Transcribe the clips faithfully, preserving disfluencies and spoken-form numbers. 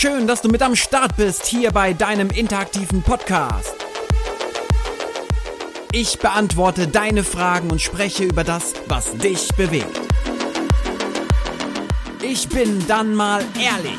Schön, dass du mit am Start bist, hier bei deinem interaktiven Podcast. Ich beantworte deine Fragen und spreche über das, was dich bewegt. Ich bin dann mal ehrlich.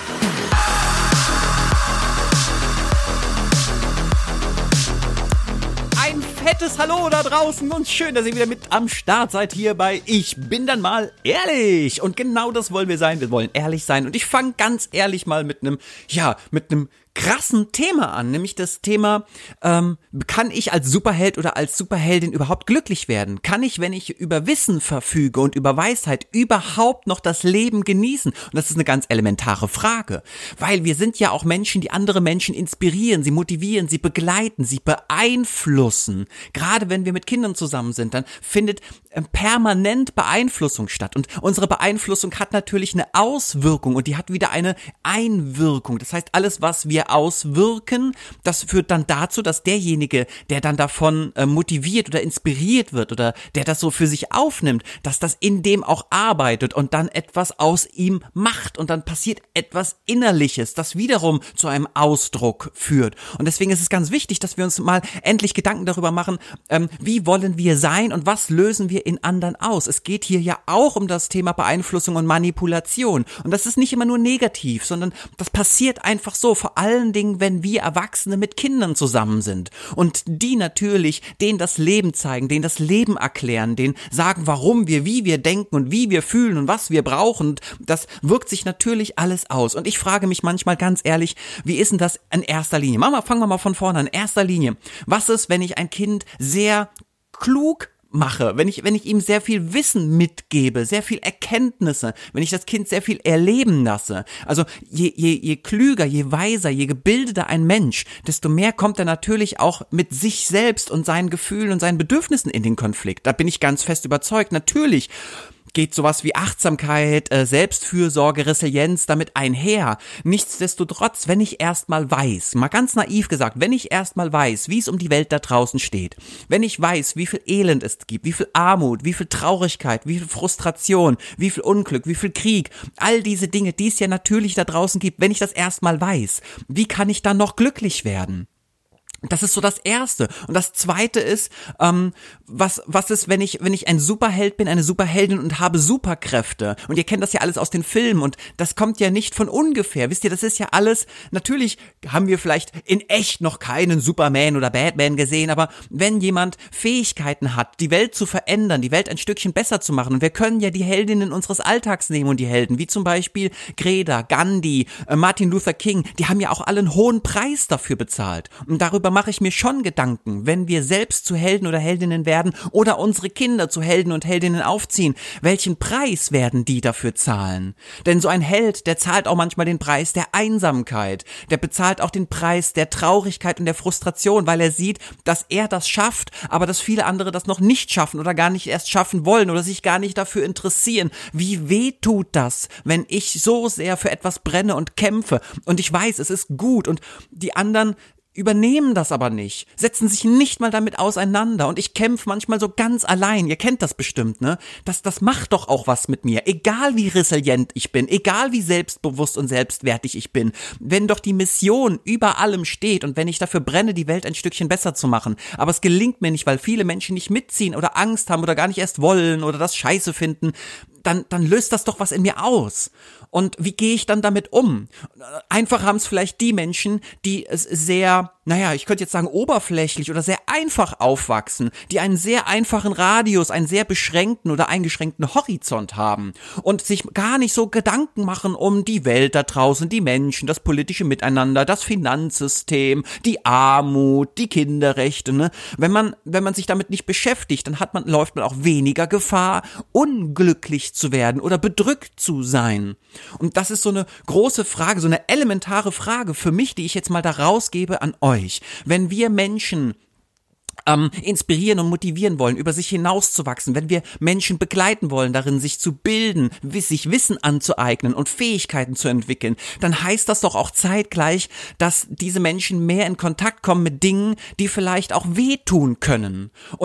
Ein fettes Hallo da draußen und schön, dass ihr wieder mit am Start seid hier bei Ich bin dann mal ehrlich. Und genau das wollen wir sein. Wir wollen ehrlich sein. Und ich fange ganz ehrlich mal mit einem, ja, mit einem krassen Thema an, nämlich das Thema, ähm, kann ich als Superheld oder als Superheldin überhaupt glücklich werden? Kann ich, wenn ich über Wissen verfüge und über Weisheit, überhaupt noch das Leben genießen? Und das ist eine ganz elementare Frage, weil wir sind ja auch Menschen, die andere Menschen inspirieren, sie motivieren, sie begleiten, sie beeinflussen. Gerade wenn wir mit Kindern zusammen sind, dann findet äh, permanent Beeinflussung statt und unsere Beeinflussung hat natürlich eine Auswirkung und die hat wieder eine Einwirkung. Das heißt, alles, was wir auswirken, das führt dann dazu, dass derjenige, der dann davon äh, motiviert oder inspiriert wird oder der das so für sich aufnimmt, dass das in dem auch arbeitet und dann etwas aus ihm macht und dann passiert etwas Innerliches, das wiederum zu einem Ausdruck führt. Und deswegen ist es ganz wichtig, dass wir uns mal endlich Gedanken darüber machen, ähm, wie wollen wir sein und was lösen wir in anderen aus. Es geht hier ja auch um das Thema Beeinflussung und Manipulation. Und das ist nicht immer nur negativ, sondern das passiert einfach so, vor allem allen Dingen, wenn wir Erwachsene mit Kindern zusammen sind und die natürlich denen das Leben zeigen, denen das Leben erklären, denen sagen, warum wir, wie wir denken und wie wir fühlen und was wir brauchen. Und das wirkt sich natürlich alles aus. Und ich frage mich manchmal ganz ehrlich, wie ist denn das in erster Linie? Mama, fangen wir mal von vorne an. In erster Linie, was ist, wenn ich ein Kind sehr klug mache, wenn ich, wenn ich ihm sehr viel Wissen mitgebe, sehr viel Erkenntnisse, wenn ich das Kind sehr viel erleben lasse. Also je, je, je klüger, je weiser, je gebildeter ein Mensch, desto mehr kommt er natürlich auch mit sich selbst und seinen Gefühlen und seinen Bedürfnissen in den Konflikt. Da bin ich ganz fest überzeugt. Natürlich geht sowas wie Achtsamkeit, äh, Selbstfürsorge, Resilienz damit einher. Nichtsdestotrotz, wenn ich erstmal weiß, mal ganz naiv gesagt, wenn ich erstmal weiß, wie es um die Welt da draußen steht, wenn ich weiß, wie viel Elend es gibt, wie viel Armut, wie viel Traurigkeit, wie viel Frustration, wie viel Unglück, wie viel Krieg, all diese Dinge, die es ja natürlich da draußen gibt, wenn ich das erstmal weiß, wie kann ich dann noch glücklich werden? Das ist so das Erste. Und das Zweite ist, ähm, was was ist, wenn ich wenn ich ein Superheld bin, eine Superheldin und habe Superkräfte? Und ihr kennt das ja alles aus den Filmen und das kommt ja nicht von ungefähr. Wisst ihr, das ist ja alles, natürlich haben wir vielleicht in echt noch keinen Superman oder Batman gesehen, aber wenn jemand Fähigkeiten hat, die Welt zu verändern, die Welt ein Stückchen besser zu machen, und wir können ja die Heldinnen unseres Alltags nehmen und die Helden, wie zum Beispiel Greta, Gandhi, äh, Martin Luther King, die haben ja auch alle einen hohen Preis dafür bezahlt. Und darüber mache ich mir schon Gedanken, wenn wir selbst zu Helden oder Heldinnen werden oder unsere Kinder zu Helden und Heldinnen aufziehen, welchen Preis werden die dafür zahlen? Denn so ein Held, der zahlt auch manchmal den Preis der Einsamkeit, der bezahlt auch den Preis der Traurigkeit und der Frustration, weil er sieht, dass er das schafft, aber dass viele andere das noch nicht schaffen oder gar nicht erst schaffen wollen oder sich gar nicht dafür interessieren. Wie weh tut das, wenn ich so sehr für etwas brenne und kämpfe und ich weiß, es ist gut und die anderen übernehmen das aber nicht, setzen sich nicht mal damit auseinander und ich kämpfe manchmal so ganz allein, ihr kennt das bestimmt, ne? Das, das macht doch auch was mit mir, egal wie resilient ich bin, egal wie selbstbewusst und selbstwertig ich bin, wenn doch die Mission über allem steht und wenn ich dafür brenne, die Welt ein Stückchen besser zu machen, aber es gelingt mir nicht, weil viele Menschen nicht mitziehen oder Angst haben oder gar nicht erst wollen oder das scheiße finden, dann, dann löst das doch was in mir aus. Und wie gehe ich dann damit um? Einfach haben es vielleicht die Menschen, die es sehr, naja, ich könnte jetzt sagen oberflächlich oder sehr einfach aufwachsen, die einen sehr einfachen Radius, einen sehr beschränkten oder eingeschränkten Horizont haben und sich gar nicht so Gedanken machen um die Welt da draußen, die Menschen, das politische Miteinander, das Finanzsystem, die Armut, die Kinderrechte, ne? Wenn man, wenn man sich damit nicht beschäftigt, dann hat man, läuft man auch weniger Gefahr, unglücklich zu werden oder bedrückt zu sein. Und das ist so eine große Frage, so eine elementare Frage für mich, die ich jetzt mal da rausgebe an euch. Wenn wir Menschen ähm, inspirieren und motivieren wollen, über sich hinauszuwachsen, wenn wir Menschen begleiten wollen, darin sich zu bilden, sich Wissen anzueignen und Fähigkeiten zu entwickeln, dann heißt das doch auch zeitgleich, dass diese Menschen mehr in Kontakt kommen mit Dingen, die vielleicht auch wehtun können. Und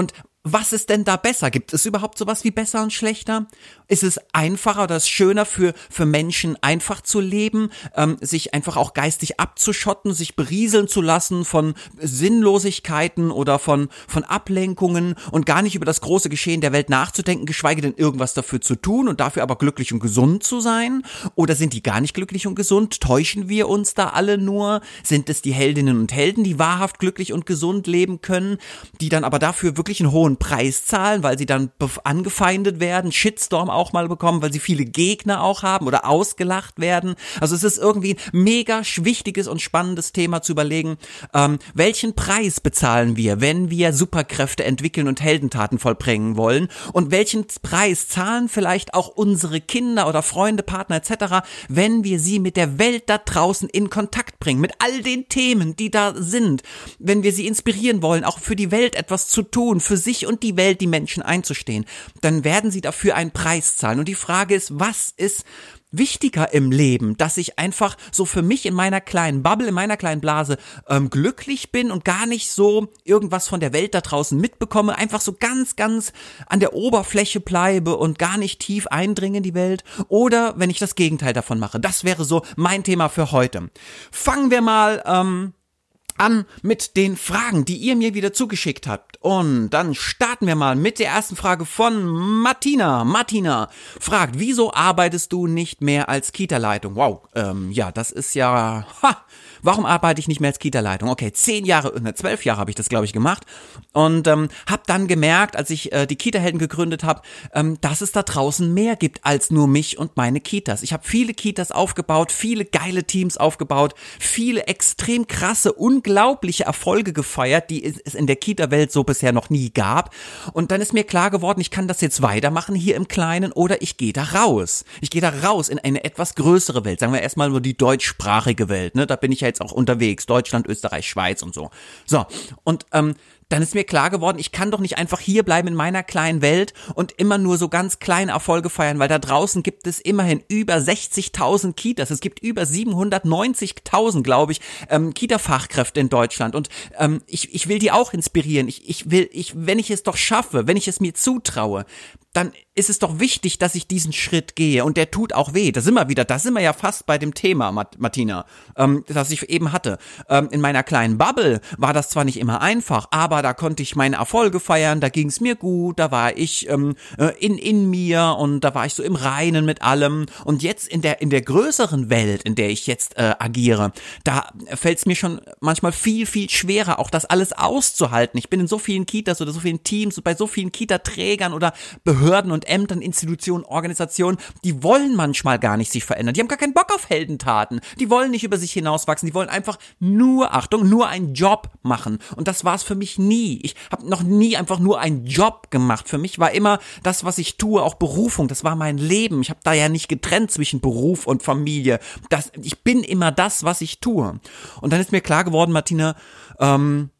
was ist denn da besser? Gibt es überhaupt sowas wie besser und schlechter? Ist es einfacher oder ist es schöner für, für Menschen einfach zu leben, ähm, sich einfach auch geistig abzuschotten, sich berieseln zu lassen von Sinnlosigkeiten oder von, von Ablenkungen und gar nicht über das große Geschehen der Welt nachzudenken, geschweige denn irgendwas dafür zu tun und dafür aber glücklich und gesund zu sein? Oder sind die gar nicht glücklich und gesund? Täuschen wir uns da alle nur? Sind es die Heldinnen und Helden, die wahrhaft glücklich und gesund leben können, die dann aber dafür wirklich einen hohen Preis zahlen, weil sie dann angefeindet werden, Shitstorm auch mal bekommen, weil sie viele Gegner auch haben oder ausgelacht werden? Also es ist irgendwie ein mega wichtiges und spannendes Thema zu überlegen, ähm, welchen Preis bezahlen wir, wenn wir Superkräfte entwickeln und Heldentaten vollbringen wollen, und welchen Preis zahlen vielleicht auch unsere Kinder oder Freunde, Partner et cetera, wenn wir sie mit der Welt da draußen in Kontakt bringen, mit all den Themen, die da sind, wenn wir sie inspirieren wollen, auch für die Welt etwas zu tun, für sich und die Welt, die Menschen einzustehen, dann werden sie dafür einen Preis zahlen. Und die Frage ist, was ist wichtiger im Leben, dass ich einfach so für mich in meiner kleinen Bubble, in meiner kleinen Blase ähm, glücklich bin und gar nicht so irgendwas von der Welt da draußen mitbekomme, einfach so ganz, ganz an der Oberfläche bleibe und gar nicht tief eindringe in die Welt, oder wenn ich das Gegenteil davon mache. Das wäre so mein Thema für heute. Fangen wir mal ähm, an mit den Fragen, die ihr mir wieder zugeschickt habt. Und dann starten wir mal mit der ersten Frage von Martina. Martina fragt, wieso arbeitest du nicht mehr als Kita-Leitung? Wow, ähm, ja, das ist ja, ha, warum arbeite ich nicht mehr als Kita-Leitung? Okay, zehn Jahre, ne, zwölf Jahre habe ich das, glaube ich, gemacht und ähm, habe dann gemerkt, als ich äh, die Kita-Helden gegründet habe, ähm, dass es da draußen mehr gibt als nur mich und meine Kitas. Ich habe viele Kitas aufgebaut, viele geile Teams aufgebaut, viele extrem krasse, unglaubliche Erfolge gefeiert, die es in der Kita-Welt so bisher noch nie gab. Und dann ist mir klar geworden, ich kann das jetzt weitermachen hier im Kleinen oder ich gehe da raus. Ich gehe da raus in eine etwas größere Welt. Sagen wir erstmal nur die deutschsprachige Welt, ne? Da bin ich ja jetzt auch unterwegs. Deutschland, Österreich, Schweiz und so. So, und ähm, dann ist mir klar geworden, ich kann doch nicht einfach hier bleiben in meiner kleinen Welt und immer nur so ganz kleine Erfolge feiern, weil da draußen gibt es immerhin über sechzigtausend Kitas. Es gibt über siebenhundertneunzigtausend, glaube ich, ähm, Kita-Fachkräfte in Deutschland. Und ähm, ich, ich will die auch inspirieren. Ich, ich will, ich, wenn ich es doch schaffe, wenn ich es mir zutraue, dann ist es doch wichtig, dass ich diesen Schritt gehe, und der tut auch weh. Da sind wir wieder, da sind wir ja fast bei dem Thema, Martina, ähm, das ich eben hatte. Ähm, in meiner kleinen Bubble war das zwar nicht immer einfach, aber da konnte ich meine Erfolge feiern, da ging es mir gut, da war ich ähm, in in mir und da war ich so im Reinen mit allem. Und jetzt in der in der größeren Welt, in der ich jetzt äh, agiere, da fällt es mir schon manchmal viel, viel schwerer, auch das alles auszuhalten. Ich bin in so vielen Kitas oder so vielen Teams und bei so vielen Kita-Trägern oder Behörden und Ämtern, Institutionen, Organisationen, die wollen manchmal gar nicht sich verändern. Die haben gar keinen Bock auf Heldentaten. Die wollen nicht über sich hinauswachsen. Die wollen einfach nur, Achtung, nur einen Job machen. Und das war es für mich nie. Ich habe noch nie einfach nur einen Job gemacht. Für mich war immer das, was ich tue, auch Berufung. Das war mein Leben. Ich habe da ja nicht getrennt zwischen Beruf und Familie. Das, ich bin immer das, was ich tue. Und dann ist mir klar geworden, Martina, ähm,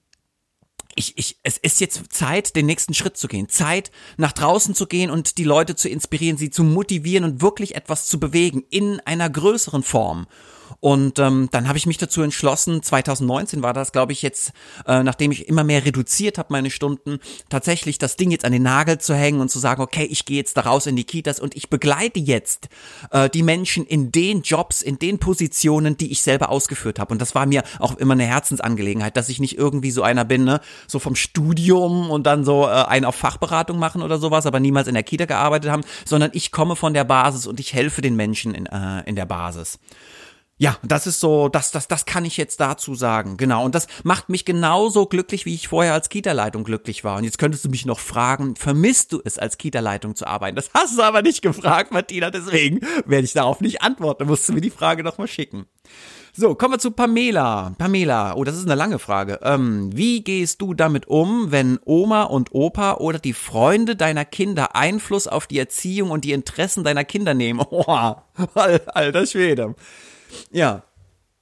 Ich, ich, es ist jetzt Zeit, den nächsten Schritt zu gehen. Zeit, nach draußen zu gehen und die Leute zu inspirieren, sie zu motivieren und wirklich etwas zu bewegen in einer größeren Form. Und ähm, dann habe ich mich dazu entschlossen, zwanzig neunzehn war das, glaube ich, jetzt, äh, nachdem ich immer mehr reduziert habe, meine Stunden, tatsächlich das Ding jetzt an den Nagel zu hängen und zu sagen, okay, ich gehe jetzt da raus in die Kitas und ich begleite jetzt äh, die Menschen in den Jobs, in den Positionen, die ich selber ausgeführt habe. Und das war mir auch immer eine Herzensangelegenheit, dass ich nicht irgendwie so einer bin, ne, so vom Studium und dann so äh, einen auf Fachberatung machen oder sowas, aber niemals in der Kita gearbeitet haben, sondern ich komme von der Basis und ich helfe den Menschen in, äh, in der Basis. Ja, das ist so, das, das, das kann ich jetzt dazu sagen, genau. Und das macht mich genauso glücklich, wie ich vorher als Kita-Leitung glücklich war. Und jetzt könntest du mich noch fragen, vermisst du es, als Kita-Leitung zu arbeiten? Das hast du aber nicht gefragt, Martina, deswegen werde ich darauf nicht antworten. Da musst du mir die Frage noch mal schicken. So, kommen wir zu Pamela. Pamela, oh, das ist eine lange Frage. Ähm, wie gehst du damit um, wenn Oma und Opa oder die Freunde deiner Kinder Einfluss auf die Erziehung und die Interessen deiner Kinder nehmen? Oh, alter Schwede. Ja,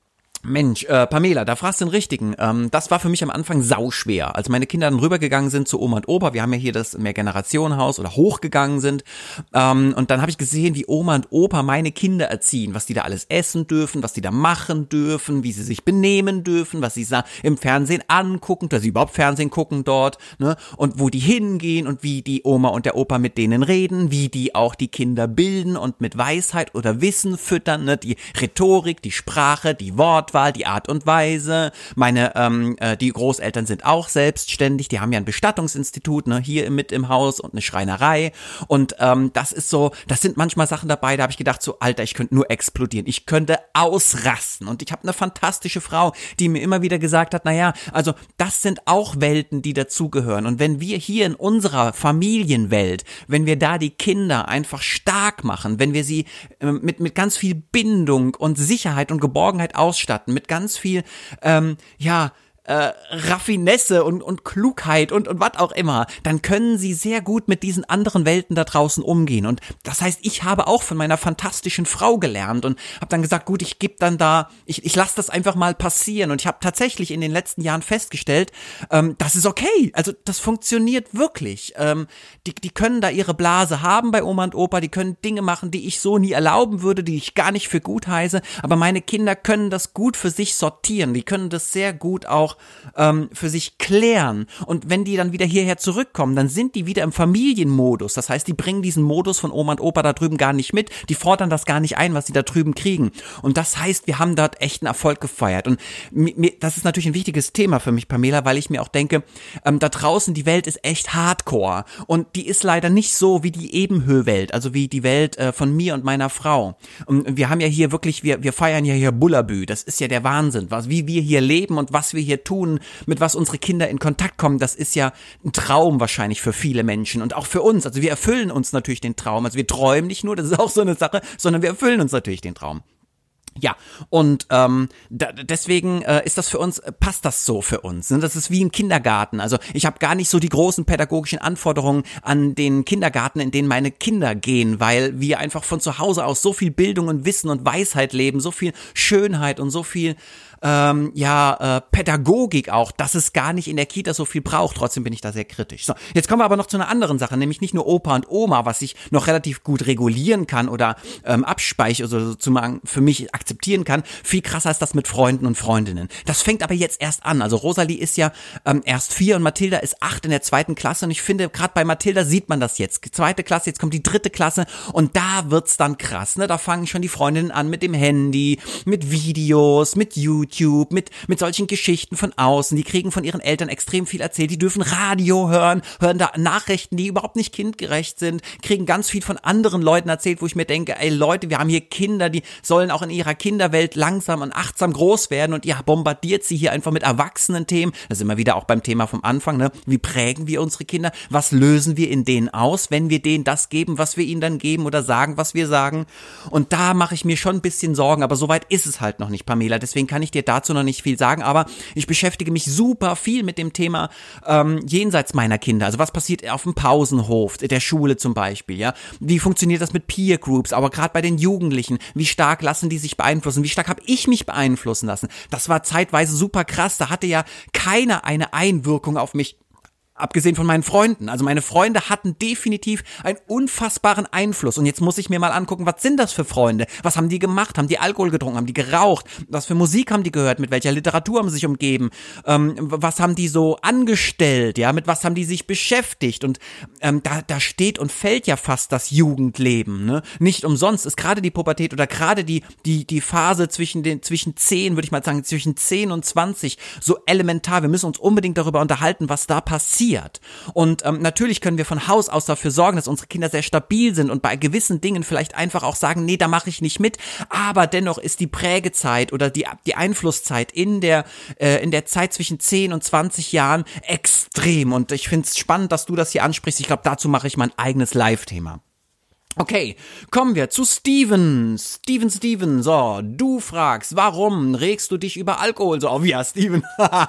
Mensch, äh, Pamela, da fragst du den Richtigen. Ähm, das war für mich am Anfang sauschwer. Als meine Kinder dann rübergegangen sind zu Oma und Opa, wir haben ja hier das Mehrgenerationenhaus oder hochgegangen sind, ähm, und dann habe ich gesehen, wie Oma und Opa meine Kinder erziehen, was die da alles essen dürfen, was die da machen dürfen, wie sie sich benehmen dürfen, was sie sa- im Fernsehen angucken, dass sie überhaupt Fernsehen gucken dort, ne, und wo die hingehen und wie die Oma und der Opa mit denen reden, wie die auch die Kinder bilden und mit Weisheit oder Wissen füttern, ne, die Rhetorik, die Sprache, die Wortwahl, die Art und Weise. Meine, ähm, äh, die Großeltern sind auch selbstständig, die haben ja ein Bestattungsinstitut, ne, hier mit im Haus und eine Schreinerei, und ähm, das ist so, das sind manchmal Sachen dabei, da habe ich gedacht, so Alter, ich könnte nur explodieren, ich könnte ausrasten, und ich habe eine fantastische Frau, die mir immer wieder gesagt hat, naja, also das sind auch Welten, die dazugehören, und wenn wir hier in unserer Familienwelt, wenn wir da die Kinder einfach stark machen, wenn wir sie äh, mit, mit ganz viel Bindung und Sicherheit und Geborgenheit ausstatten, mit ganz viel, ähm, ja, äh, Raffinesse und, und Klugheit und, und was auch immer, dann können sie sehr gut mit diesen anderen Welten da draußen umgehen. Und das heißt, ich habe auch von meiner fantastischen Frau gelernt und habe dann gesagt, gut, ich gebe dann da, ich, ich lasse das einfach mal passieren. Und ich habe tatsächlich in den letzten Jahren festgestellt, ähm, das ist okay. Also das funktioniert wirklich. Ähm, die, die können da ihre Blase haben bei Oma und Opa, die können Dinge machen, die ich so nie erlauben würde, die ich gar nicht für gut heiße. Aber meine Kinder können das gut für sich sortieren. Die können das sehr gut auch ähm, für sich klären, und wenn die dann wieder hierher zurückkommen, dann sind die wieder im Familienmodus, das heißt, die bringen diesen Modus von Oma und Opa da drüben gar nicht mit, die fordern das gar nicht ein, was sie da drüben kriegen, und das heißt, wir haben dort echt einen Erfolg gefeiert, und mir, das ist natürlich ein wichtiges Thema für mich, Pamela, weil ich mir auch denke, ähm, da draußen, die Welt ist echt hardcore, und die ist leider nicht so wie die Ebenhöh-Welt, also wie die Welt äh, von mir und meiner Frau, und wir haben ja hier wirklich, wir, wir feiern ja hier Bullabü, das ist ja der Wahnsinn, was, wie wir hier leben und was wir hier tun, mit was unsere Kinder in Kontakt kommen, das ist ja ein Traum wahrscheinlich für viele Menschen und auch für uns. Also wir erfüllen uns natürlich den Traum. Also wir träumen nicht nur, das ist auch so eine Sache, sondern wir erfüllen uns natürlich den Traum. Ja, und ähm, da, deswegen äh, ist das für uns, passt das so für uns. Ne? Das ist wie im Kindergarten. Also ich habe gar nicht so die großen pädagogischen Anforderungen an den Kindergarten, in den meine Kinder gehen, weil wir einfach von zu Hause aus so viel Bildung und Wissen und Weisheit leben, so viel Schönheit und so viel ähm, ja äh, Pädagogik auch, dass es gar nicht in der Kita so viel braucht. Trotzdem bin ich da sehr kritisch. So, jetzt kommen wir aber noch zu einer anderen Sache, nämlich nicht nur Opa und Oma, was ich noch relativ gut regulieren kann oder ähm, abspeichern, also sozusagen für mich akzeptieren kann. Viel krasser ist das mit Freunden und Freundinnen. Das fängt aber jetzt erst an. Also Rosalie ist ja ähm, erst vier und Mathilda ist acht in der zweiten Klasse, und ich finde, gerade bei Mathilda sieht man das jetzt. Zweite Klasse, jetzt kommt die dritte Klasse, und da wird's dann krass. Ne? Da fangen schon die Freundinnen an mit dem Handy, mit Videos, mit YouTube, mit mit solchen Geschichten von außen. Die kriegen von ihren Eltern extrem viel erzählt. Die dürfen Radio hören, hören da Nachrichten, die überhaupt nicht kindgerecht sind, kriegen ganz viel von anderen Leuten erzählt, wo ich mir denke, ey Leute, wir haben hier Kinder, die sollen auch in ihrer Kinderwelt langsam und achtsam groß werden, und ihr bombardiert sie hier einfach mit erwachsenen Themen. Das ist immer wieder auch beim Thema vom Anfang, ne? Wie prägen wir unsere Kinder? Was lösen wir in denen aus, wenn wir denen das geben, was wir ihnen dann geben, oder sagen, was wir sagen? Und da mache ich mir schon ein bisschen Sorgen, aber soweit ist es halt noch nicht, Pamela. Deswegen kann ich dir dazu noch nicht viel sagen, aber ich beschäftige mich super viel mit dem Thema ähm, jenseits meiner Kinder. Also was passiert auf dem Pausenhof der Schule zum Beispiel, ja? Wie funktioniert das mit Peer Groups, aber gerade bei den Jugendlichen, wie stark lassen die sich beeinflussen, wie stark habe ich mich beeinflussen lassen? Das war zeitweise super krass, da hatte ja keiner eine Einwirkung auf mich. Abgesehen von meinen Freunden. Also meine Freunde hatten definitiv einen unfassbaren Einfluss. Und jetzt muss ich mir mal angucken, was sind das für Freunde? Was haben die gemacht? Haben die Alkohol getrunken? Haben die geraucht? Was für Musik haben die gehört? Mit welcher Literatur haben sie sich umgeben? Ähm, was haben die so angestellt? Ja, mit was haben die sich beschäftigt? Und ähm, da, da steht und fällt ja fast das Jugendleben. Ne? Nicht umsonst ist gerade die Pubertät oder gerade die, die, die Phase zwischen den, zwischen zehn, würde ich mal sagen, zwischen zehn und zwanzig so elementar. Wir müssen uns unbedingt darüber unterhalten, was da passiert. Und ähm, natürlich können wir von Haus aus dafür sorgen, dass unsere Kinder sehr stabil sind und bei gewissen Dingen vielleicht einfach auch sagen, nee, da mache ich nicht mit, aber dennoch ist die Prägezeit oder die die Einflusszeit in der äh, in der Zeit zwischen zehn und zwanzig Jahren extrem, und ich finde es spannend, dass du das hier ansprichst. Ich glaube, dazu mache ich mein eigenes Live-Thema. Okay, kommen wir zu Steven. Steven, Steven, so, du fragst, warum regst du dich über Alkohol so auf? Ja, Steven,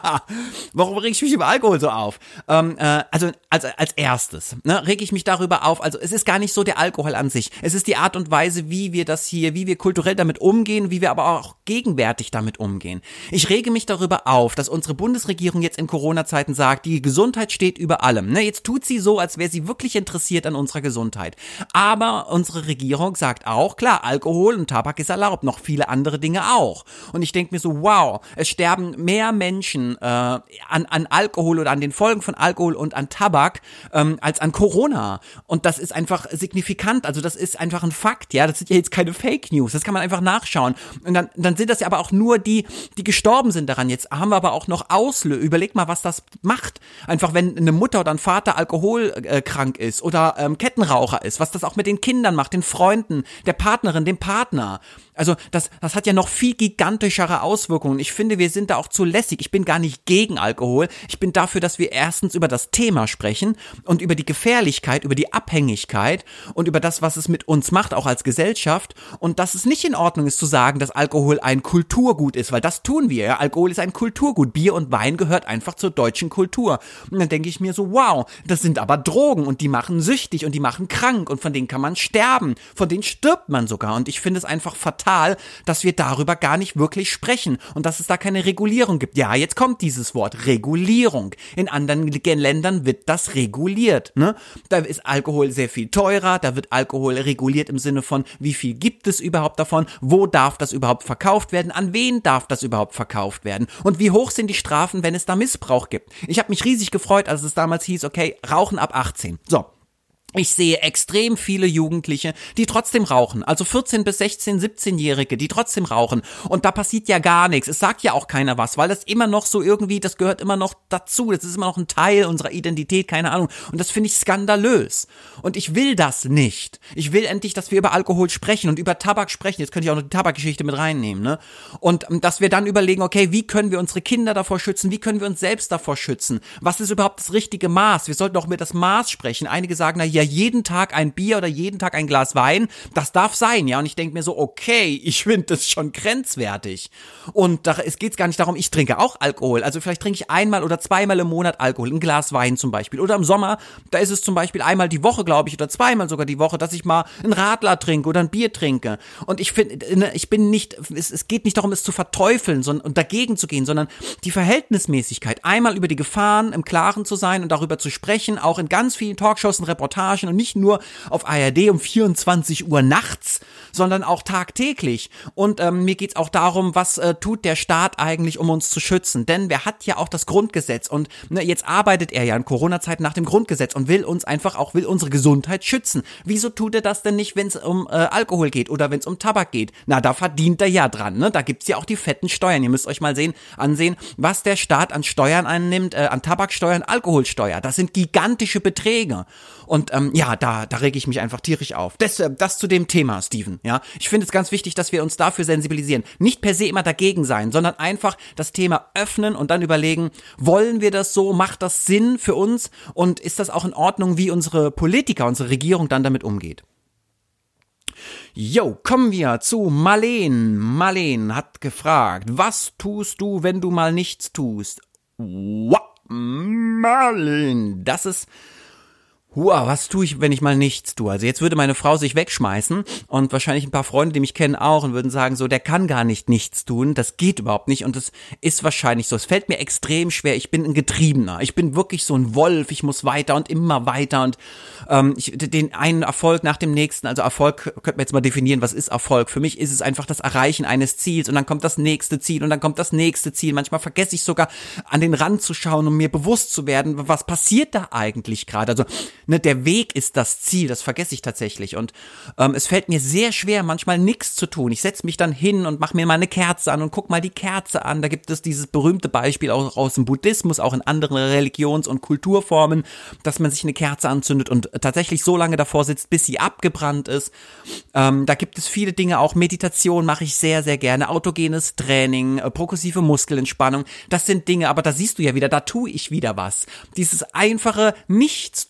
warum reg ich mich über Alkohol so auf? Ähm, äh, also als, als erstes, ne, reg ich mich darüber auf, also es ist gar nicht so der Alkohol an sich, es ist die Art und Weise, wie wir das hier, wie wir kulturell damit umgehen, wie wir aber auch gegenwärtig damit umgehen. Ich rege mich darüber auf, dass unsere Bundesregierung jetzt in Corona-Zeiten sagt, die Gesundheit steht über allem. Ne, jetzt tut sie so, als wäre sie wirklich interessiert an unserer Gesundheit. Aber unsere Regierung sagt auch, klar, Alkohol und Tabak ist erlaubt, noch viele andere Dinge auch. Und ich denke mir so, wow, es sterben mehr Menschen äh, an, an Alkohol oder an den Folgen von Alkohol und an Tabak ähm, als an Corona. Und das ist einfach signifikant, also das ist einfach ein Fakt, ja, das sind ja jetzt keine Fake News, das kann man einfach nachschauen. Und dann, dann sind das ja aber auch nur die, die gestorben sind daran. Jetzt haben wir aber auch noch Auslöser. Überleg mal, was das macht. Einfach, wenn eine Mutter oder ein Vater alkoholkrank ist oder ähm, Kettenraucher ist, was das auch mit den Kindern macht, den Freunden, der Partnerin, dem Partner. Also das, das hat ja noch viel gigantischere Auswirkungen. Ich finde, wir sind da auch zu lässig. Ich bin gar nicht gegen Alkohol. Ich bin dafür, dass wir erstens über das Thema sprechen und über die Gefährlichkeit, über die Abhängigkeit und über das, was es mit uns macht, auch als Gesellschaft. Und dass es nicht in Ordnung ist zu sagen, dass Alkohol ein Kulturgut ist, weil das tun wir. Ja? Alkohol ist ein Kulturgut. Bier und Wein gehört einfach zur deutschen Kultur. Und dann denke ich mir so, wow, das sind aber Drogen und die machen süchtig und die machen krank und von denen kann man sterben, von denen stirbt man sogar und ich finde es einfach fatal, dass wir darüber gar nicht wirklich sprechen und dass es da keine Regulierung gibt. Ja, jetzt kommt dieses Wort, Regulierung. In anderen Ländern wird das reguliert, ne? Da ist Alkohol sehr viel teurer, da wird Alkohol reguliert im Sinne von, wie viel gibt es überhaupt davon, wo darf das überhaupt verkauft werden, an wen darf das überhaupt verkauft werden und wie hoch sind die Strafen, wenn es da Missbrauch gibt. Ich habe mich riesig gefreut, als es damals hieß, okay, Rauchen ab achtzehn. So. Ich sehe extrem viele Jugendliche, die trotzdem rauchen, also vierzehn bis sechzehn, siebzehnjährige, die trotzdem rauchen und da passiert ja gar nichts, es sagt ja auch keiner was, weil das immer noch so irgendwie, das gehört immer noch dazu, das ist immer noch ein Teil unserer Identität, keine Ahnung und das finde ich skandalös und ich will das nicht. Ich will endlich, dass wir über Alkohol sprechen und über Tabak sprechen, jetzt könnte ich auch noch die Tabakgeschichte mit reinnehmen, ne? Und dass wir dann überlegen, okay, wie können wir unsere Kinder davor schützen, wie können wir uns selbst davor schützen, was ist überhaupt das richtige Maß, wir sollten auch über das Maß sprechen, einige sagen, na ja, jeden Tag ein Bier oder jeden Tag ein Glas Wein, das darf sein, ja, und ich denke mir so, okay, ich finde das schon grenzwertig und da, es geht gar nicht darum, ich trinke auch Alkohol, also vielleicht trinke ich einmal oder zweimal im Monat Alkohol, ein Glas Wein zum Beispiel, oder im Sommer, da ist es zum Beispiel einmal die Woche, glaube ich, oder zweimal sogar die Woche, dass ich mal einen Radler trinke oder ein Bier trinke und ich finde, ich bin nicht, es, es geht nicht darum, es zu verteufeln sondern, und dagegen zu gehen, sondern die Verhältnismäßigkeit, einmal über die Gefahren im Klaren zu sein und darüber zu sprechen, auch in ganz vielen Talkshows und Reportagen und nicht nur auf A R D um vierundzwanzig Uhr nachts, sondern auch tagtäglich. Und ähm, mir geht's auch darum, was äh, tut der Staat eigentlich, um uns zu schützen? Denn wer hat ja auch das Grundgesetz und ne, jetzt arbeitet er ja in Corona-Zeiten nach dem Grundgesetz und will uns einfach auch, will unsere Gesundheit schützen. Wieso tut er das denn nicht, wenn es um äh, Alkohol geht oder wenn es um Tabak geht? Na, da verdient er ja dran, ne? Da gibt's ja auch die fetten Steuern. Ihr müsst euch mal sehen, ansehen, was der Staat an Steuern einnimmt, äh, an Tabaksteuern, Alkoholsteuer. Das sind gigantische Beträge. Und ähm, ja, da, da rege ich mich einfach tierisch auf. Das, äh, das zu dem Thema, Steven. Ja, ich finde es ganz wichtig, dass wir uns dafür sensibilisieren. Nicht per se immer dagegen sein, sondern einfach das Thema öffnen und dann überlegen, wollen wir das so? Macht das Sinn für uns? Und ist das auch in Ordnung, wie unsere Politiker, unsere Regierung dann damit umgeht? Jo, kommen wir zu Marleen. Marleen hat gefragt, was tust du, wenn du mal nichts tust? Wow, Marleen, das ist... Wow, was tue ich, wenn ich mal nichts tue? Also jetzt würde meine Frau sich wegschmeißen und wahrscheinlich ein paar Freunde, die mich kennen, auch und würden sagen so, der kann gar nicht nichts tun, das geht überhaupt nicht und das ist wahrscheinlich so. Es fällt mir extrem schwer, ich bin ein Getriebener, ich bin wirklich so ein Wolf, ich muss weiter und immer weiter und ähm, ich, den einen Erfolg nach dem nächsten, also Erfolg, könnte man jetzt mal definieren, was ist Erfolg? Für mich ist es einfach das Erreichen eines Ziels und dann kommt das nächste Ziel und dann kommt das nächste Ziel. Manchmal vergesse ich sogar, an den Rand zu schauen, um mir bewusst zu werden, was passiert da eigentlich gerade? Also Ne, der Weg ist das Ziel, das vergesse ich tatsächlich und ähm, es fällt mir sehr schwer, manchmal nichts zu tun. Ich setze mich dann hin und mache mir mal eine Kerze an und guck mal die Kerze an. Da gibt es dieses berühmte Beispiel auch aus dem Buddhismus, auch in anderen Religions- und Kulturformen, dass man sich eine Kerze anzündet und tatsächlich so lange davor sitzt, bis sie abgebrannt ist. Ähm, da gibt es viele Dinge, auch Meditation mache ich sehr, sehr gerne, autogenes Training, äh, progressive Muskelentspannung, das sind Dinge, aber da siehst du ja wieder, da tue ich wieder was. Dieses einfache Nichtstun, einfach auf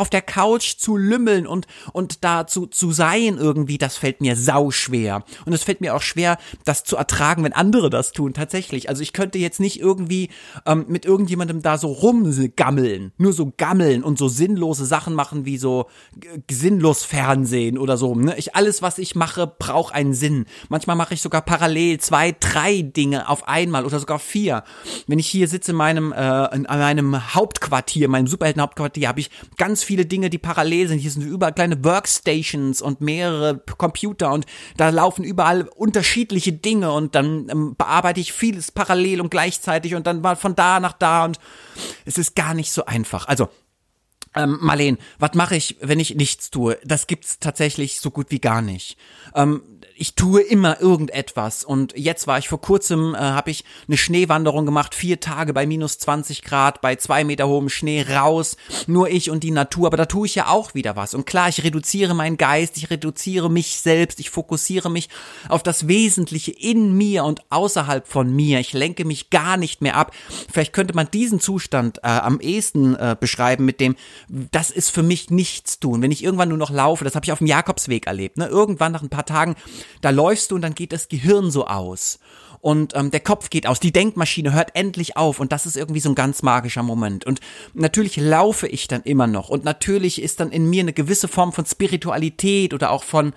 auf der Couch zu lümmeln und und da zu zu sein irgendwie, das fällt mir sau schwer. Und es fällt mir auch schwer, das zu ertragen, wenn andere das tun, tatsächlich. Also ich könnte jetzt nicht irgendwie ähm, mit irgendjemandem da so rumgammeln, nur so gammeln und so sinnlose Sachen machen wie so g- sinnlos Fernsehen oder so. Ne? Ich, alles, was ich mache, braucht einen Sinn. Manchmal mache ich sogar parallel zwei, drei Dinge auf einmal oder sogar vier. Wenn ich hier sitze in meinem, äh, in meinem Hauptquartier, meinem Superhelden-Hauptquartier, habe ich ganz viele Dinge, die parallel sind. Hier sind überall kleine Workstations und mehrere Computer und da laufen überall unterschiedliche Dinge und dann ähm, bearbeite ich vieles parallel und gleichzeitig und dann mal von da nach da und es ist gar nicht so einfach. Also, ähm, Marleen, was mache ich, wenn ich nichts tue? Das gibt's tatsächlich so gut wie gar nicht. Ähm, ich tue immer irgendetwas und jetzt war ich vor kurzem, äh, habe ich eine Schneewanderung gemacht, vier Tage bei minus zwanzig Grad, bei zwei Meter hohem Schnee raus, nur ich und die Natur, aber da tue ich ja auch wieder was und klar, ich reduziere meinen Geist, ich reduziere mich selbst, ich fokussiere mich auf das Wesentliche in mir und außerhalb von mir, ich lenke mich gar nicht mehr ab. Vielleicht könnte man diesen Zustand äh, am ehesten äh, beschreiben mit dem, das ist für mich nichts tun, wenn ich irgendwann nur noch laufe, das habe ich auf dem Jakobsweg erlebt, ne? Irgendwann nach ein paar Tagen, da läufst du und dann geht das Gehirn so aus und ähm, der Kopf geht aus, die Denkmaschine hört endlich auf und das ist irgendwie so ein ganz magischer Moment und natürlich laufe ich dann immer noch und natürlich ist dann in mir eine gewisse Form von Spiritualität oder auch von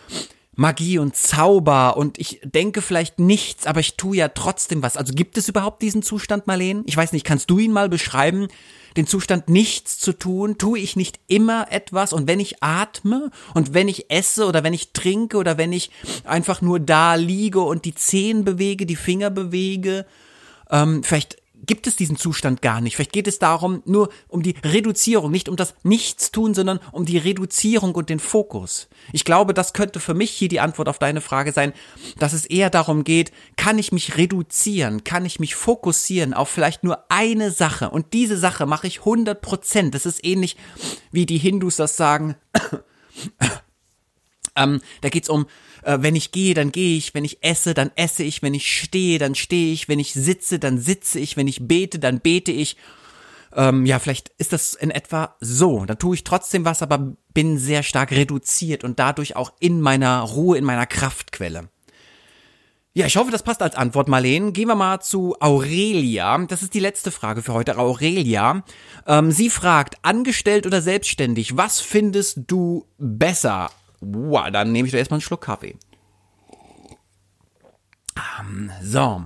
Magie und Zauber und ich denke vielleicht nichts, aber ich tue ja trotzdem was. Also gibt es überhaupt diesen Zustand, Marleen? Ich weiß nicht, kannst du ihn mal beschreiben? Den Zustand, nichts zu tun, tue ich nicht immer etwas und wenn ich atme und wenn ich esse oder wenn ich trinke oder wenn ich einfach nur da liege und die Zehen bewege, die Finger bewege, ähm, vielleicht gibt es diesen Zustand gar nicht. Vielleicht geht es darum, nur um die Reduzierung, nicht um das Nichtstun, sondern um die Reduzierung und den Fokus. Ich glaube, das könnte für mich hier die Antwort auf deine Frage sein, dass es eher darum geht, kann ich mich reduzieren, kann ich mich fokussieren auf vielleicht nur eine Sache und diese Sache mache ich hundert Prozent. Das ist ähnlich wie die Hindus das sagen. Ähm, da geht's um, äh, wenn ich gehe, dann gehe ich, wenn ich esse, dann esse ich, wenn ich stehe, dann stehe ich, wenn ich sitze, dann sitze ich, wenn ich bete, dann bete ich. Ähm, ja, vielleicht ist das in etwa so. Dann tue ich trotzdem was, aber bin sehr stark reduziert und dadurch auch in meiner Ruhe, in meiner Kraftquelle. Ja, ich hoffe, das passt als Antwort, Marleen. Gehen wir mal zu Aurelia. Das ist die letzte Frage für heute. Aurelia, ähm, sie fragt, angestellt oder selbstständig, was findest du besser? Wow, dann nehme ich doch erstmal einen Schluck Kaffee. Um, so.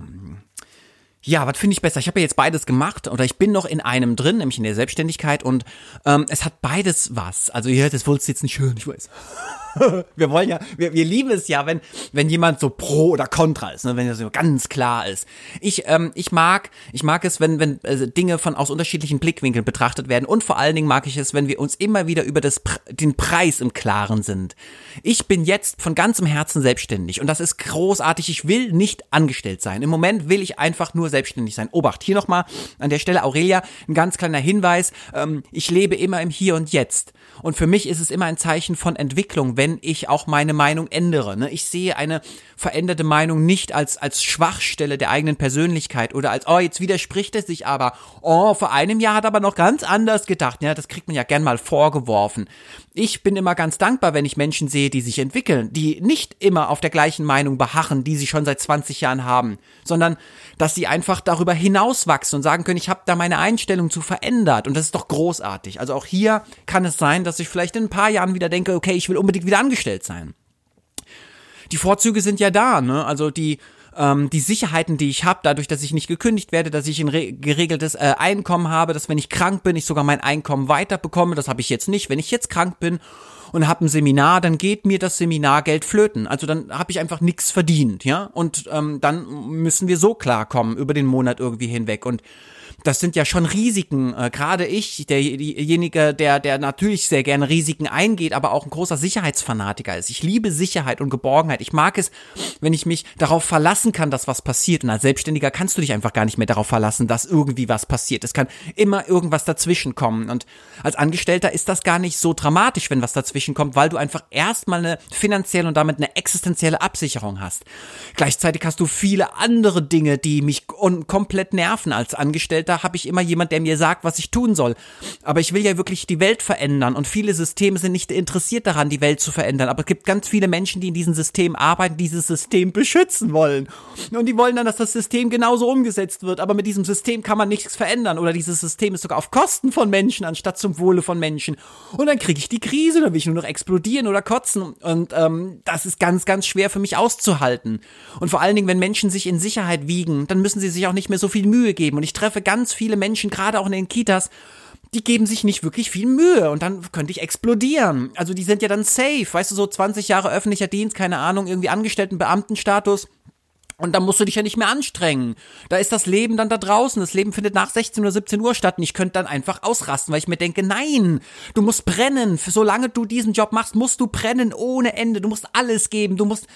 Ja, was finde ich besser? Ich habe ja jetzt beides gemacht oder ich bin noch in einem drin, nämlich in der Selbstständigkeit und ähm, es hat beides was. Also ihr hört, das wollt's jetzt nicht hören, ich weiß. Wir wollen ja, wir, wir lieben es ja, wenn wenn jemand so pro oder contra ist, ne, wenn das so ganz klar ist. Ich ähm, ich mag ich mag es, wenn wenn äh, Dinge von aus unterschiedlichen Blickwinkeln betrachtet werden und vor allen Dingen mag ich es, wenn wir uns immer wieder über das den Preis im Klaren sind. Ich bin jetzt von ganzem Herzen selbstständig und das ist großartig. Ich will nicht angestellt sein. Im Moment will ich einfach nur selbstständig sein. Obacht, hier nochmal an der Stelle, Aurelia, ein ganz kleiner Hinweis. Ähm, ich lebe immer im Hier und Jetzt. Und für mich ist es immer ein Zeichen von Entwicklung, wenn ich auch meine Meinung ändere. Ne? Ich sehe eine veränderte Meinung nicht als als Schwachstelle der eigenen Persönlichkeit oder als, oh, jetzt widerspricht es sich aber. Oh, vor einem Jahr hat aber noch ganz anders gedacht. Ja, das kriegt man ja gern mal vorgeworfen. Ich bin immer ganz dankbar, wenn ich Menschen sehe, die sich entwickeln, die nicht immer auf der gleichen Meinung beharren, die sie schon seit zwanzig Jahren haben, sondern dass sie einfach darüber hinauswachsen und sagen können, ich habe da meine Einstellung zu verändert und das ist doch großartig. Also auch hier kann es sein, dass ich vielleicht in ein paar Jahren wieder denke, okay, ich will unbedingt wieder angestellt sein. Die Vorzüge sind ja da, ne? Also die ähm, die Sicherheiten, die ich habe, dadurch, dass ich nicht gekündigt werde, dass ich ein re- geregeltes äh, Einkommen habe, dass wenn ich krank bin, ich sogar mein Einkommen weiterbekomme, das habe ich jetzt nicht. Wenn ich jetzt krank bin und habe ein Seminar, dann geht mir das Seminargeld flöten. Also dann habe ich einfach nichts verdient, ja? Und ähm, dann müssen wir so klarkommen über den Monat irgendwie hinweg und das sind ja schon Risiken, äh, gerade ich, derjenige, der der natürlich sehr gerne Risiken eingeht, aber auch ein großer Sicherheitsfanatiker ist. Ich liebe Sicherheit und Geborgenheit. Ich mag es, wenn ich mich darauf verlassen kann, dass was passiert. Und als Selbstständiger kannst du dich einfach gar nicht mehr darauf verlassen, dass irgendwie was passiert. Es kann immer irgendwas dazwischen kommen. Und als Angestellter ist das gar nicht so dramatisch, wenn was dazwischen kommt, weil du einfach erstmal eine finanzielle und damit eine existenzielle Absicherung hast. Gleichzeitig hast du viele andere Dinge, die mich komplett nerven als Angestellter. Angestellter habe ich immer jemand, der mir sagt, was ich tun soll. Aber ich will ja wirklich die Welt verändern und viele Systeme sind nicht interessiert daran, die Welt zu verändern. Aber es gibt ganz viele Menschen, die in diesem System arbeiten, dieses System beschützen wollen. Und die wollen dann, dass das System genauso umgesetzt wird. Aber mit diesem System kann man nichts verändern. Oder dieses System ist sogar auf Kosten von Menschen, anstatt zum Wohle von Menschen. Und dann kriege ich die Krise, dann will ich nur noch explodieren oder kotzen. Und ähm, das ist ganz, ganz schwer für mich auszuhalten. Und vor allen Dingen, wenn Menschen sich in Sicherheit wiegen, dann müssen sie sich auch nicht mehr so viel Mühe geben. Und ich treffe ganz viele Menschen, gerade auch in den Kitas, die geben sich nicht wirklich viel Mühe und dann könnte ich explodieren. Also die sind ja dann safe, weißt du, so zwanzig Jahre öffentlicher Dienst, keine Ahnung, irgendwie Angestellten-Beamtenstatus. Und dann musst du dich ja nicht mehr anstrengen. Da ist das Leben dann da draußen. Das Leben findet nach sechzehn oder siebzehn Uhr statt. Und ich könnte dann einfach ausrasten, weil ich mir denke, nein, du musst brennen. Solange du diesen Job machst, musst du brennen ohne Ende. Du musst alles geben. Du musst,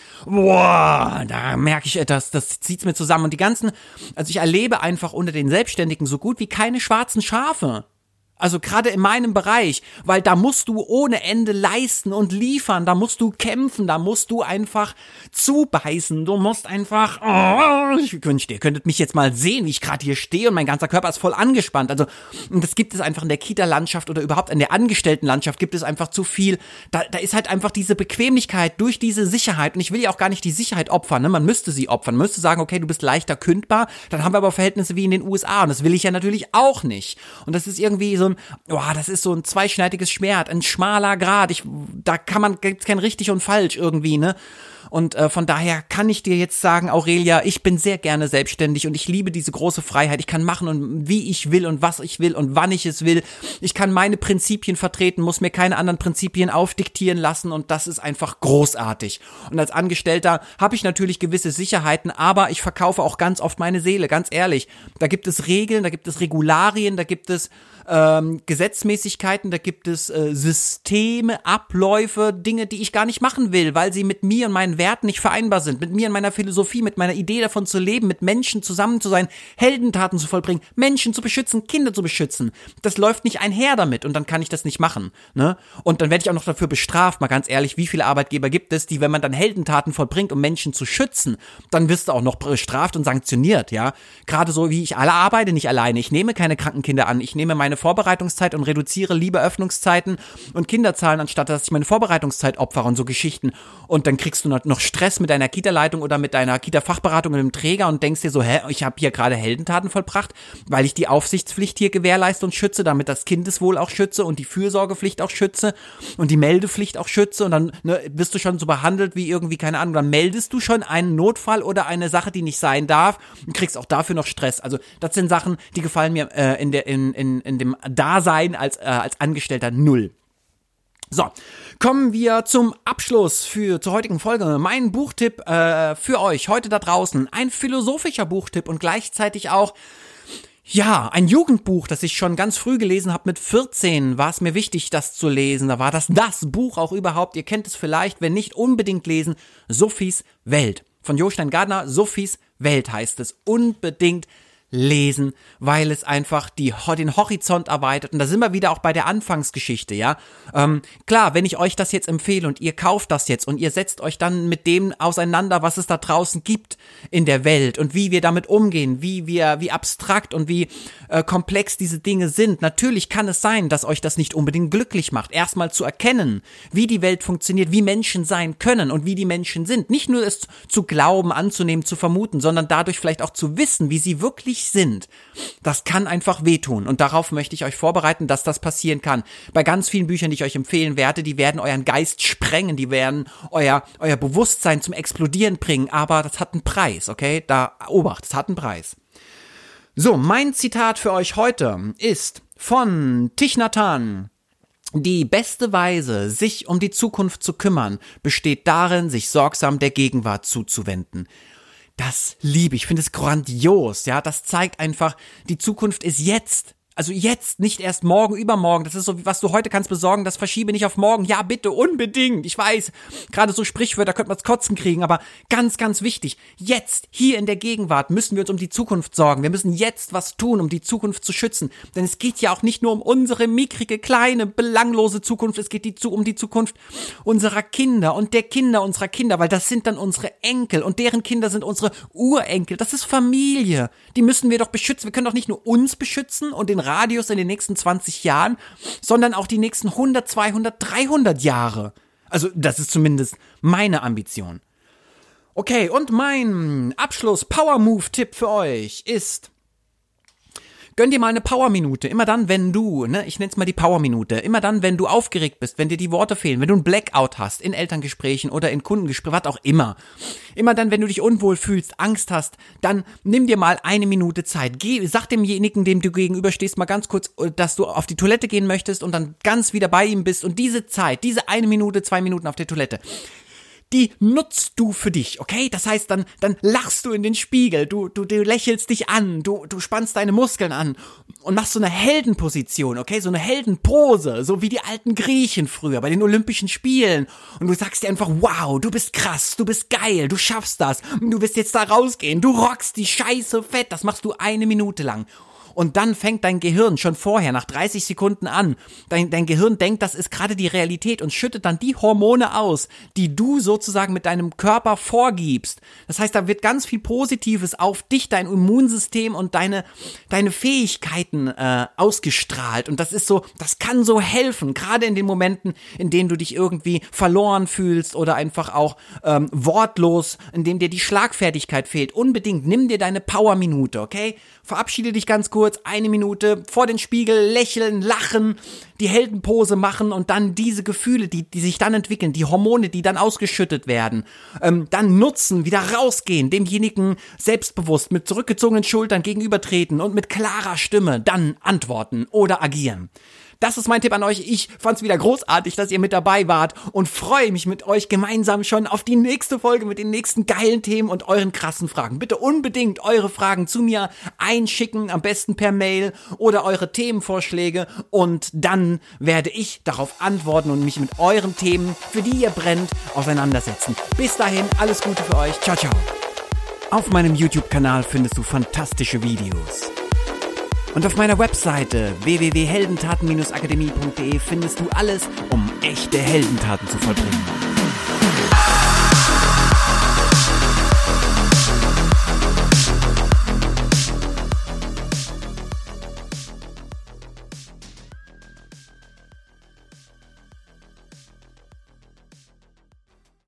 boah, da merke ich etwas, das zieht's mir zusammen. Und die ganzen, also ich erlebe einfach unter den Selbstständigen so gut wie keine schwarzen Schafe. Also gerade in meinem Bereich, weil da musst du ohne Ende leisten und liefern, da musst du kämpfen, da musst du einfach zubeißen, du musst einfach, oh, ich wünschte, ihr könntet mich jetzt mal sehen, wie ich gerade hier stehe und mein ganzer Körper ist voll angespannt. Also und das gibt es einfach in der Kita-Landschaft oder überhaupt in der Angestelltenlandschaft gibt es einfach zu viel. Da, da ist halt einfach diese Bequemlichkeit durch diese Sicherheit und ich will ja auch gar nicht die Sicherheit opfern, ne? Man müsste sie opfern, man müsste sagen, okay, du bist leichter kündbar, dann haben wir aber Verhältnisse wie in den U S A und das will ich ja natürlich auch nicht. Und das ist irgendwie so Oh, das ist so ein zweischneidiges Schwert, ein schmaler Grat. Ich, da kann man, gibt's kein richtig und falsch irgendwie, ne? Und äh, von daher kann ich dir jetzt sagen, Aurelia, ich bin sehr gerne selbstständig und ich liebe diese große Freiheit. Ich kann machen und wie ich will und was ich will und wann ich es will. Ich kann meine Prinzipien vertreten, muss mir keine anderen Prinzipien aufdiktieren lassen und das ist einfach großartig. Und als Angestellter habe ich natürlich gewisse Sicherheiten, aber ich verkaufe auch ganz oft meine Seele, ganz ehrlich. Da gibt es Regeln, da gibt es Regularien, da gibt es ähm, Gesetzmäßigkeiten, da gibt es äh, Systeme, Abläufe, Dinge, die ich gar nicht machen will, weil sie mit mir und meinen Werten nicht vereinbar sind, mit mir und meiner Philosophie, mit meiner Idee davon zu leben, mit Menschen zusammen zu sein, Heldentaten zu vollbringen, Menschen zu beschützen, Kinder zu beschützen. Das läuft nicht einher damit und dann kann ich das nicht machen, ne? Und dann werde ich auch noch dafür bestraft, mal ganz ehrlich, wie viele Arbeitgeber gibt es, die, wenn man dann Heldentaten vollbringt, um Menschen zu schützen, dann wirst du auch noch bestraft und sanktioniert, ja? Gerade so wie ich alle arbeite nicht alleine, ich nehme keine kranken Kinder an, ich nehme meine Vorbereitungszeit und reduziere lieber Öffnungszeiten und Kinderzahlen, anstatt dass ich meine Vorbereitungszeit opfere und so Geschichten. Und dann kriegst du noch Stress mit deiner Kita-Leitung oder mit deiner Kita-Fachberatung und dem Träger und denkst dir so, hä, ich habe hier gerade Heldentaten vollbracht, weil ich die Aufsichtspflicht hier gewährleiste und schütze, damit das Kindeswohl auch schütze und die Fürsorgepflicht auch schütze und die Meldepflicht auch schütze und dann ne, wirst du schon so behandelt wie irgendwie, keine Ahnung, dann meldest du schon einen Notfall oder eine Sache, die nicht sein darf und kriegst auch dafür noch Stress. Also das sind Sachen, die gefallen mir äh, in der in in in dem Dasein als äh, als Angestellter null. So, kommen wir zum Abschluss für zur heutigen Folge. Mein Buchtipp äh, für euch heute da draußen, ein philosophischer Buchtipp und gleichzeitig auch ja, ein Jugendbuch, das ich schon ganz früh gelesen habe. Mit vierzehn war es mir wichtig, das zu lesen. Da war das das Buch auch überhaupt. Ihr kennt es vielleicht, wenn nicht unbedingt lesen. Sophies Welt von Jostein Gardner. Sophies Welt heißt es. Unbedingt lesen, weil es einfach die, den Horizont erweitert. Und da sind wir wieder auch bei der Anfangsgeschichte, ja. Ähm, klar, wenn ich euch das jetzt empfehle und ihr kauft das jetzt und ihr setzt euch dann mit dem auseinander, was es da draußen gibt in der Welt und wie wir damit umgehen, wie wir, wie abstrakt und wie äh, komplex diese Dinge sind. Natürlich kann es sein, dass euch das nicht unbedingt glücklich macht, erstmal zu erkennen, wie die Welt funktioniert, wie Menschen sein können und wie die Menschen sind. Nicht nur es zu glauben, anzunehmen, zu vermuten, sondern dadurch vielleicht auch zu wissen, wie sie wirklich sind. Das kann einfach wehtun und darauf möchte ich euch vorbereiten, dass das passieren kann. Bei ganz vielen Büchern, die ich euch empfehlen werde, die werden euren Geist sprengen, die werden euer euer Bewusstsein zum Explodieren bringen, aber das hat einen Preis, okay? Da Obacht, das hat einen Preis. So, mein Zitat für euch heute ist von Thich Nhat Hanh. Die beste Weise, sich um die Zukunft zu kümmern, besteht darin, sich sorgsam der Gegenwart zuzuwenden. Das liebe ich, ich finde es grandios, ja, das zeigt einfach, die Zukunft ist jetzt. Also jetzt, nicht erst morgen, übermorgen. Das ist so, was du heute kannst besorgen, das verschiebe nicht auf morgen. Ja, bitte, unbedingt. Ich weiß, gerade so Sprichwörter könnte man's kotzen kriegen, aber ganz, ganz wichtig. Jetzt, hier in der Gegenwart, müssen wir uns um die Zukunft sorgen. Wir müssen jetzt was tun, um die Zukunft zu schützen. Denn es geht ja auch nicht nur um unsere mickrige, kleine, belanglose Zukunft. Es geht die, um die Zukunft unserer Kinder und der Kinder unserer Kinder, weil das sind dann unsere Enkel und deren Kinder sind unsere Urenkel. Das ist Familie. Die müssen wir doch beschützen. Wir können doch nicht nur uns beschützen und den Radius in den nächsten zwanzig Jahren, sondern auch die nächsten hundert, zweihundert, dreihundert Jahre. Also das ist zumindest meine Ambition. Okay, und mein Abschluss-Power-Move-Tipp für euch ist: Gönn dir mal eine Power-Minute. Immer dann, wenn du, ne, ich nenn's mal die Power-Minute, immer dann, wenn du aufgeregt bist, wenn dir die Worte fehlen, wenn du einen Blackout hast, in Elterngesprächen oder in Kundengesprächen, was auch immer. Immer dann, wenn du dich unwohl fühlst, Angst hast, dann nimm dir mal eine Minute Zeit. Geh, sag demjenigen, dem du gegenüberstehst, mal ganz kurz, dass du auf die Toilette gehen möchtest und dann ganz wieder bei ihm bist. Und diese Zeit, diese eine Minute, zwei Minuten auf der Toilette, die nutzt du für dich, okay? Das heißt, dann dann lachst du in den Spiegel, du du, du lächelst dich an, du du spannst deine Muskeln an und machst so eine Heldenposition, okay? So eine Heldenpose, so wie die alten Griechen früher bei den Olympischen Spielen. Und du sagst dir einfach, wow, du bist krass, du bist geil, du schaffst das, du wirst jetzt da rausgehen, du rockst die Scheiße fett. Das machst du eine Minute lang. Und dann fängt dein Gehirn schon vorher, nach dreißig Sekunden an, dein, dein Gehirn denkt, das ist gerade die Realität und schüttet dann die Hormone aus, die du sozusagen mit deinem Körper vorgibst. Das heißt, da wird ganz viel Positives auf dich, dein Immunsystem und deine, deine Fähigkeiten äh, ausgestrahlt. Und das ist so, das kann so helfen, gerade in den Momenten, in denen du dich irgendwie verloren fühlst oder einfach auch ähm, wortlos, in dem dir die Schlagfertigkeit fehlt. Unbedingt, nimm dir deine Power-Minute, okay? Verabschiede dich ganz kurz, eine Minute vor den Spiegel, lächeln, lachen, die Heldenpose machen und dann diese Gefühle, die, die sich dann entwickeln, die Hormone, die dann ausgeschüttet werden, ähm, dann nutzen, wieder rausgehen, demjenigen selbstbewusst mit zurückgezogenen Schultern gegenübertreten und mit klarer Stimme dann antworten oder agieren. Das ist mein Tipp an euch. Ich fand's wieder großartig, dass ihr mit dabei wart und freue mich mit euch gemeinsam schon auf die nächste Folge mit den nächsten geilen Themen und euren krassen Fragen. Bitte unbedingt eure Fragen zu mir einschicken, am besten per Mail oder eure Themenvorschläge und dann werde ich darauf antworten und mich mit euren Themen, für die ihr brennt, auseinandersetzen. Bis dahin, alles Gute für euch. Ciao, ciao. Auf meinem YouTube-Kanal findest du fantastische Videos. Und auf meiner Webseite w w w punkt heldentaten Bindestrich akademie punkt de findest du alles, um echte Heldentaten zu vollbringen.